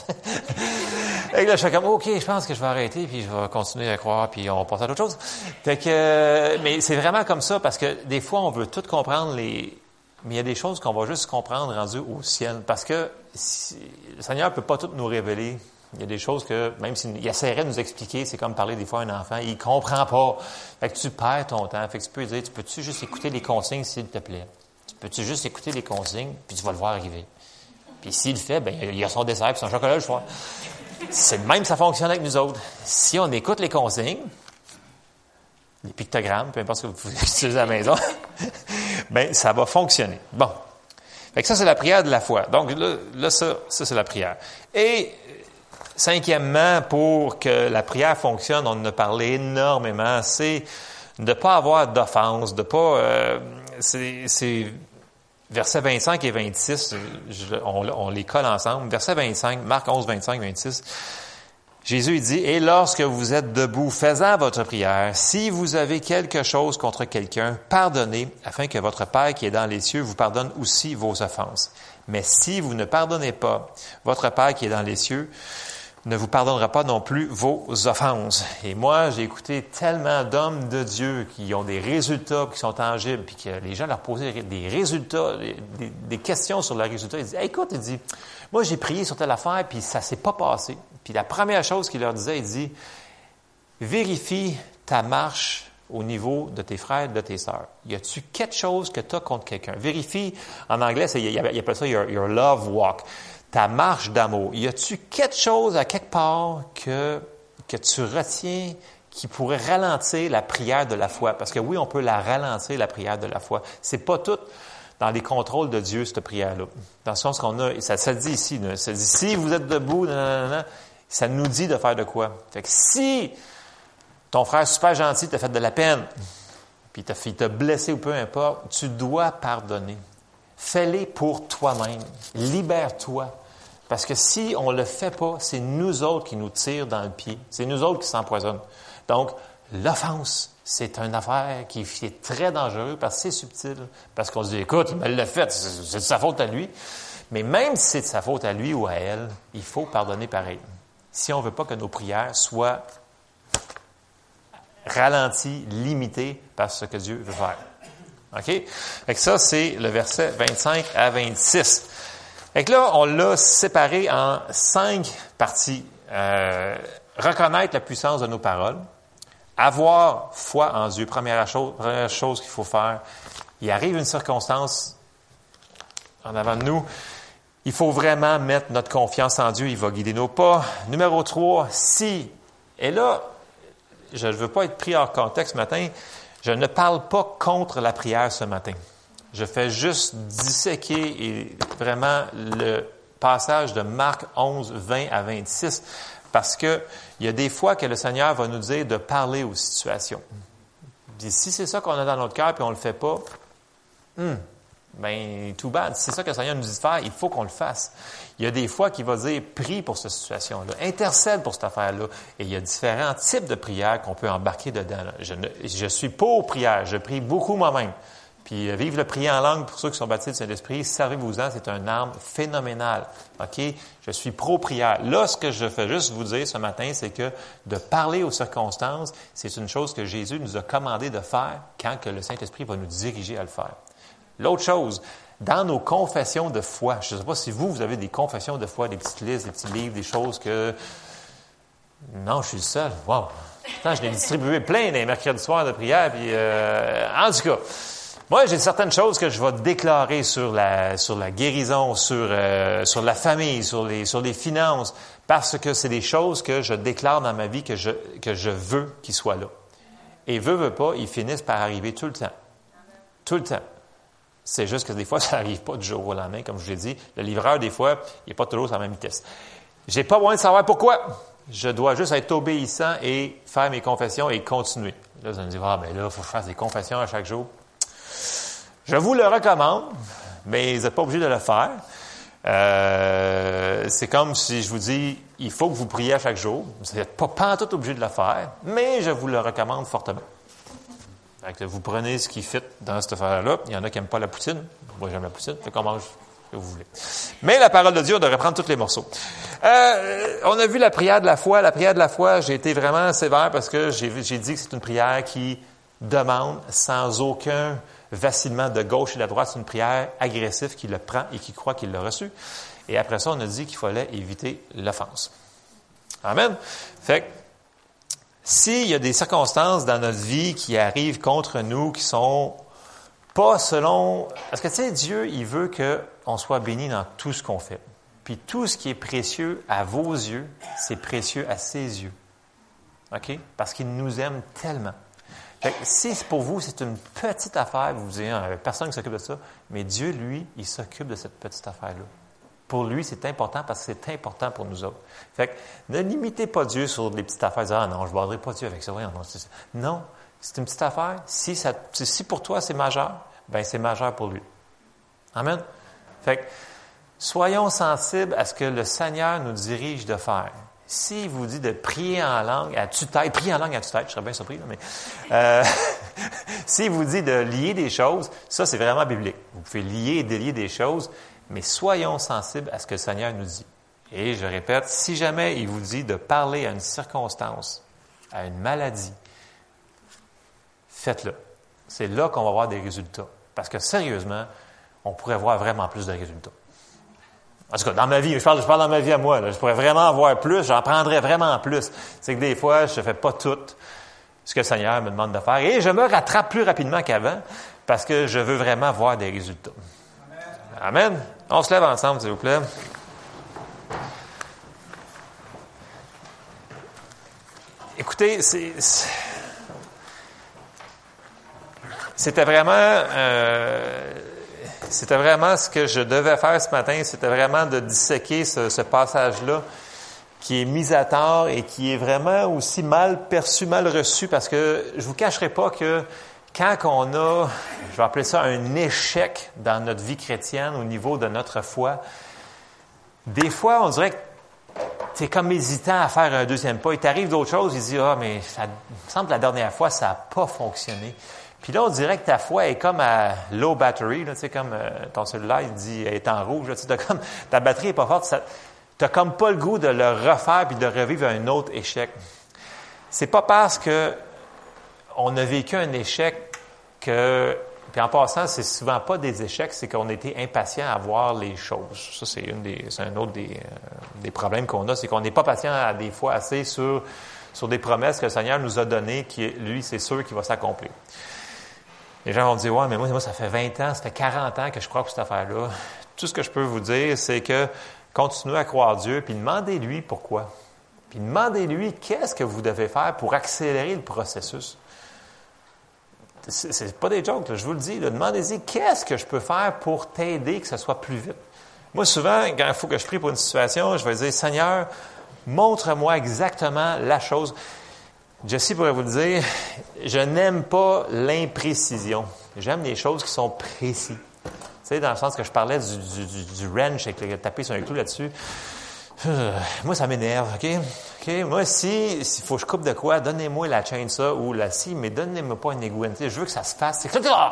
Speaker 2: Et là, je fais comme, OK, je pense que je vais arrêter, puis je vais continuer à croire, puis on va passer à d'autres choses. Fait que, mais c'est vraiment comme ça, parce que des fois, on veut tout comprendre mais il y a des choses qu'on va juste comprendre rendues au ciel, parce que le Seigneur ne peut pas tout nous révéler. Il y a des choses que, même s'il essaierait de nous expliquer, c'est comme parler des fois à un enfant, il ne comprend pas. Fait que tu perds ton temps. Fait que tu peux lui dire, tu peux-tu juste écouter les consignes, s'il te plaît? Tu peux-tu juste écouter les consignes, puis tu vas le voir arriver. Puis s'il le fait, ben il y a son dessert puis son chocolat le soir. C'est de même que ça fonctionne avec nous autres. Si on écoute les consignes, les pictogrammes, peu importe ce que vous utilisez à la maison, ben ça va fonctionner. Bon. Fait que ça, c'est la prière de la foi. Donc là ça c'est la prière. Et cinquièmement, pour que la prière fonctionne, on en a parlé énormément, c'est de ne pas avoir d'offense, de pas... c'est versets 25 et 26, on les colle ensemble. Verset 25, Marc 11, 25, 26. Jésus dit, « Et lorsque vous êtes debout, faisant votre prière, si vous avez quelque chose contre quelqu'un, pardonnez, afin que votre Père qui est dans les cieux vous pardonne aussi vos offenses. Mais si vous ne pardonnez pas, votre Père qui est dans les cieux ne vous pardonnera pas non plus vos offenses. » Et moi, j'ai écouté tellement d'hommes de Dieu qui ont des résultats qui sont tangibles, puis que les gens leur posaient des résultats, des questions sur leurs résultats. Ils disaient, hey, écoute, il dit, moi, j'ai prié sur telle affaire, puis ça s'est pas passé. Puis la première chose qu'il leur disait, il dit, vérifie ta marche au niveau de tes frères et de tes sœurs. Y a-tu quelque chose que tu as contre quelqu'un? Vérifie, en anglais, il appelle ça your love walk. Ta marche d'amour. Y a-tu quelque chose à quelque part que tu retiens qui pourrait ralentir la prière de la foi? Parce que oui, on peut la ralentir, la prière de la foi. C'est pas tout dans les contrôles de Dieu, cette prière-là. Dans le sens qu'on a, ça dit ici, là, ça dit, si vous êtes debout, ça nous dit de faire de quoi? Fait que si ton frère super gentil t'a fait de la peine, puis il t'a blessé ou peu importe, tu dois pardonner. Fais-les pour toi-même. Libère-toi. Parce que si on ne le fait pas, c'est nous autres qui nous tirent dans le pied. C'est nous autres qui s'empoisonnent. Donc, l'offense, c'est une affaire qui est très dangereuse parce que c'est subtil. Parce qu'on se dit, écoute, il me l'a fait, c'est de sa faute à lui. Mais même si c'est de sa faute à lui ou à elle, il faut pardonner pareil. Si on ne veut pas que nos prières soient ralenties, limitées par ce que Dieu veut faire. OK? Fait que ça, c'est le verset 25 à 26. Fait que là, on l'a séparé en 5 parties. Reconnaître la puissance de nos paroles. Avoir foi en Dieu. Première chose qu'il faut faire. Il arrive une circonstance en avant de nous. Il faut vraiment mettre notre confiance en Dieu. Il va guider nos pas. Numéro 3, si. Et là, je ne veux pas être pris hors contexte ce matin. Je ne parle pas contre la prière ce matin. Je fais juste disséquer et vraiment le passage de Marc 11, 20 à 26, parce que il y a des fois que le Seigneur va nous dire de parler aux situations. Puis si c'est ça qu'on a dans notre cœur et on le fait pas, ben too bad. Si c'est ça que le Seigneur nous dit de faire, il faut qu'on le fasse. Il y a des fois qu'il va dire prie pour cette situation-là, intercède pour cette affaire-là. Et il y a différents types de prières qu'on peut embarquer dedans. Je suis pour prière, je prie beaucoup moi-même. Puis vive le prier en langue pour ceux qui sont baptisés du Saint-Esprit, servez-vous-en, c'est une arme phénoménale. OK? Je suis pro-prière. Là, ce que je fais juste vous dire ce matin, c'est que de parler aux circonstances, c'est une chose que Jésus nous a commandé de faire quand que le Saint-Esprit va nous diriger à le faire. L'autre chose, dans nos confessions de foi, je ne sais pas si vous avez des confessions de foi, des petites listes, des petits livres, des choses que... Non, je suis le seul. Wow! Pourtant, je l'ai distribué plein les mercredis soirs de prière, puis en tout cas... Moi, j'ai certaines choses que je vais déclarer sur la guérison, sur la famille, sur les finances, parce que c'est des choses que je déclare dans ma vie que je veux qu'ils soient là. Et veut pas, ils finissent par arriver tout le temps. Tout le temps. C'est juste que des fois, ça n'arrive pas du jour au lendemain, comme je vous l'ai dit. Le livreur, des fois, il n'est pas toujours sur la même vitesse. J'ai pas besoin de savoir pourquoi. Je dois juste être obéissant et faire mes confessions et continuer. Là, vous allez me dire, ben là, il faut que je fasse des confessions à chaque jour. Je vous le recommande, mais vous n'êtes pas obligé de le faire. C'est comme si je vous dis, il faut que vous priez à chaque jour. Vous n'êtes pas tout obligé de le faire, mais je vous le recommande fortement. Fait que vous prenez ce qui fit dans cette affaire-là. Il y en a qui n'aiment pas la poutine. Moi, j'aime la poutine. Fait qu'on mange que vous voulez. Mais la parole de Dieu, on devrait prendre tous les morceaux. On a vu la prière de la foi. La prière de la foi, j'ai été vraiment sévère parce que j'ai dit que c'est une prière qui demande sans aucun vacillement de gauche et de droite. C'est une prière agressive qui le prend et qui croit qu'il l'a reçu. Et après ça, on a dit qu'il fallait éviter l'offense. Amen. Fait que, s'il y a des circonstances dans notre vie qui arrivent contre nous, qui sont pas selon... Parce que, tu sais, Dieu, il veut qu'on soit béni dans tout ce qu'on fait. Puis tout ce qui est précieux à vos yeux, c'est précieux à ses yeux. OK? Parce qu'il nous aime tellement. Fait que si pour vous, c'est une petite affaire, vous vous dites, personne qui s'occupe de ça, mais Dieu, lui, il s'occupe de cette petite affaire-là. Pour lui, c'est important parce que c'est important pour nous autres. Fait que ne limitez pas Dieu sur des petites affaires. Ah non, je ne borderai pas Dieu avec ça. Non, c'est une petite affaire. Si pour toi, c'est majeur, ben c'est majeur pour lui. Amen. Fait que soyons sensibles à ce que le Seigneur nous dirige de faire. S'il vous dit de prier en langue à tue-tête, prier en langue à tue-tête, je serais bien surpris, là, mais s'il vous dit de lier des choses, ça, c'est vraiment biblique. Vous pouvez lier et délier des choses, mais soyons sensibles à ce que le Seigneur nous dit. Et je répète, si jamais il vous dit de parler à une circonstance, à une maladie, faites-le. C'est là qu'on va avoir des résultats. Parce que sérieusement, on pourrait voir vraiment plus de résultats. En tout cas, dans ma vie, je parle dans ma vie à moi, là, je pourrais vraiment avoir plus, j'en prendrais vraiment plus. C'est que des fois, je ne fais pas tout ce que le Seigneur me demande de faire. Et je me rattrape plus rapidement qu'avant parce que je veux vraiment voir des résultats. Amen. On se lève ensemble, s'il vous plaît. Écoutez, c'était vraiment ce que je devais faire ce matin. C'était vraiment de disséquer ce passage-là qui est mis à tort et qui est vraiment aussi mal perçu, mal reçu, parce que je vous cacherai pas que quand on a, je vais appeler ça un échec dans notre vie chrétienne au niveau de notre foi, des fois, on dirait que tu es comme hésitant à faire un deuxième pas. Il t'arrive d'autres choses, il dit « Ah, mais ça me semble que la dernière fois, ça n'a pas fonctionné. » Puis là, on dirait que ta foi est comme à low battery, là, tu sais, comme ton cellulaire, il dit, elle est en rouge, là, tu sais, comme, ta batterie n'est pas forte, tu n'as comme pas le goût de le refaire puis de revivre un autre échec. C'est pas parce que on a vécu un échec que, puis en passant, c'est souvent pas des échecs, c'est qu'on a été impatient à voir les choses. Ça, c'est un autre des problèmes qu'on a, c'est qu'on n'est pas patient à des fois assez sur des promesses que le Seigneur nous a données, qui, lui, c'est sûr qu'il va s'accomplir. Les gens vont dire, ouais, mais moi, ça fait 20 ans, ça fait 40 ans que je crois pour cette affaire-là. Tout ce que je peux vous dire, c'est que continuez à croire Dieu, puis demandez-lui pourquoi. Puis demandez-lui qu'est-ce que vous devez faire pour accélérer le processus. C'est pas des jokes, là, je vous le dis. Là, demandez-y qu'est-ce que je peux faire pour t'aider que ça soit plus vite. Moi, souvent, quand il faut que je prie pour une situation, je vais dire, Seigneur, montre-moi exactement la chose. Jesse pourrait vous le dire, je n'aime pas l'imprécision. J'aime les choses qui sont précises. Tu sais, dans le sens que je parlais du wrench avec le tapé sur un clou là-dessus. Moi, ça m'énerve, OK? Moi, s'il faut que je coupe de quoi, donnez-moi la chainsaw ou la scie, mais donnez-moi pas une aiguille. Je veux que ça se fasse.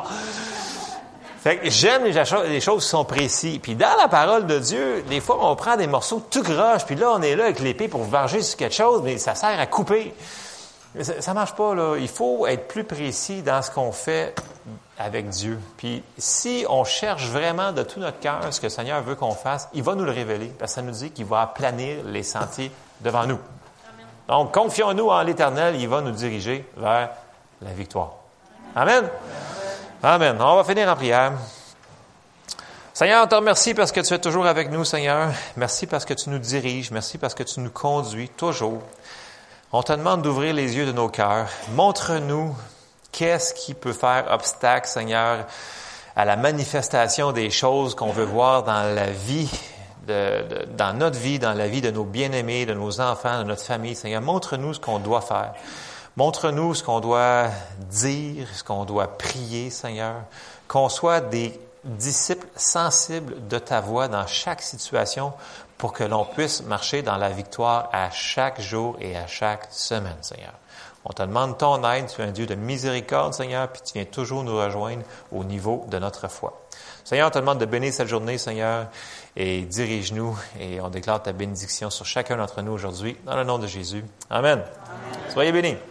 Speaker 2: Fait que j'aime les choses qui sont précises. Puis dans la parole de Dieu, des fois, on prend des morceaux tout croche, puis là, on est là avec l'épée pour varger sur quelque chose, mais ça sert à couper. Ça marche pas, là. Il faut être plus précis dans ce qu'on fait avec Dieu. Puis, si on cherche vraiment de tout notre cœur ce que le Seigneur veut qu'on fasse, il va nous le révéler. Parce que ça nous dit qu'il va aplanir les sentiers devant nous. Amen. Donc, confions-nous en l'Éternel, il va nous diriger vers la victoire. Amen. Amen. On va finir en prière. Seigneur, on te remercie parce que tu es toujours avec nous, Seigneur. Merci parce que tu nous diriges. Merci parce que tu nous conduis toujours. On te demande d'ouvrir les yeux de nos cœurs. Montre-nous qu'est-ce qui peut faire obstacle, Seigneur, à la manifestation des choses qu'on veut voir dans la vie, dans notre vie, dans la vie de nos bien-aimés, de nos enfants, de notre famille. Seigneur, montre-nous ce qu'on doit faire. Montre-nous ce qu'on doit dire, ce qu'on doit prier, Seigneur. Qu'on soit des disciples sensibles de ta voix dans chaque situation pour que l'on puisse marcher dans la victoire à chaque jour et à chaque semaine, Seigneur. On te demande ton aide. Tu es un Dieu de miséricorde, Seigneur, puis tu viens toujours nous rejoindre au niveau de notre foi. Seigneur, on te demande de bénir cette journée, Seigneur, et dirige-nous. Et on déclare ta bénédiction sur chacun d'entre nous aujourd'hui, dans le nom de Jésus. Amen. Soyez bénis.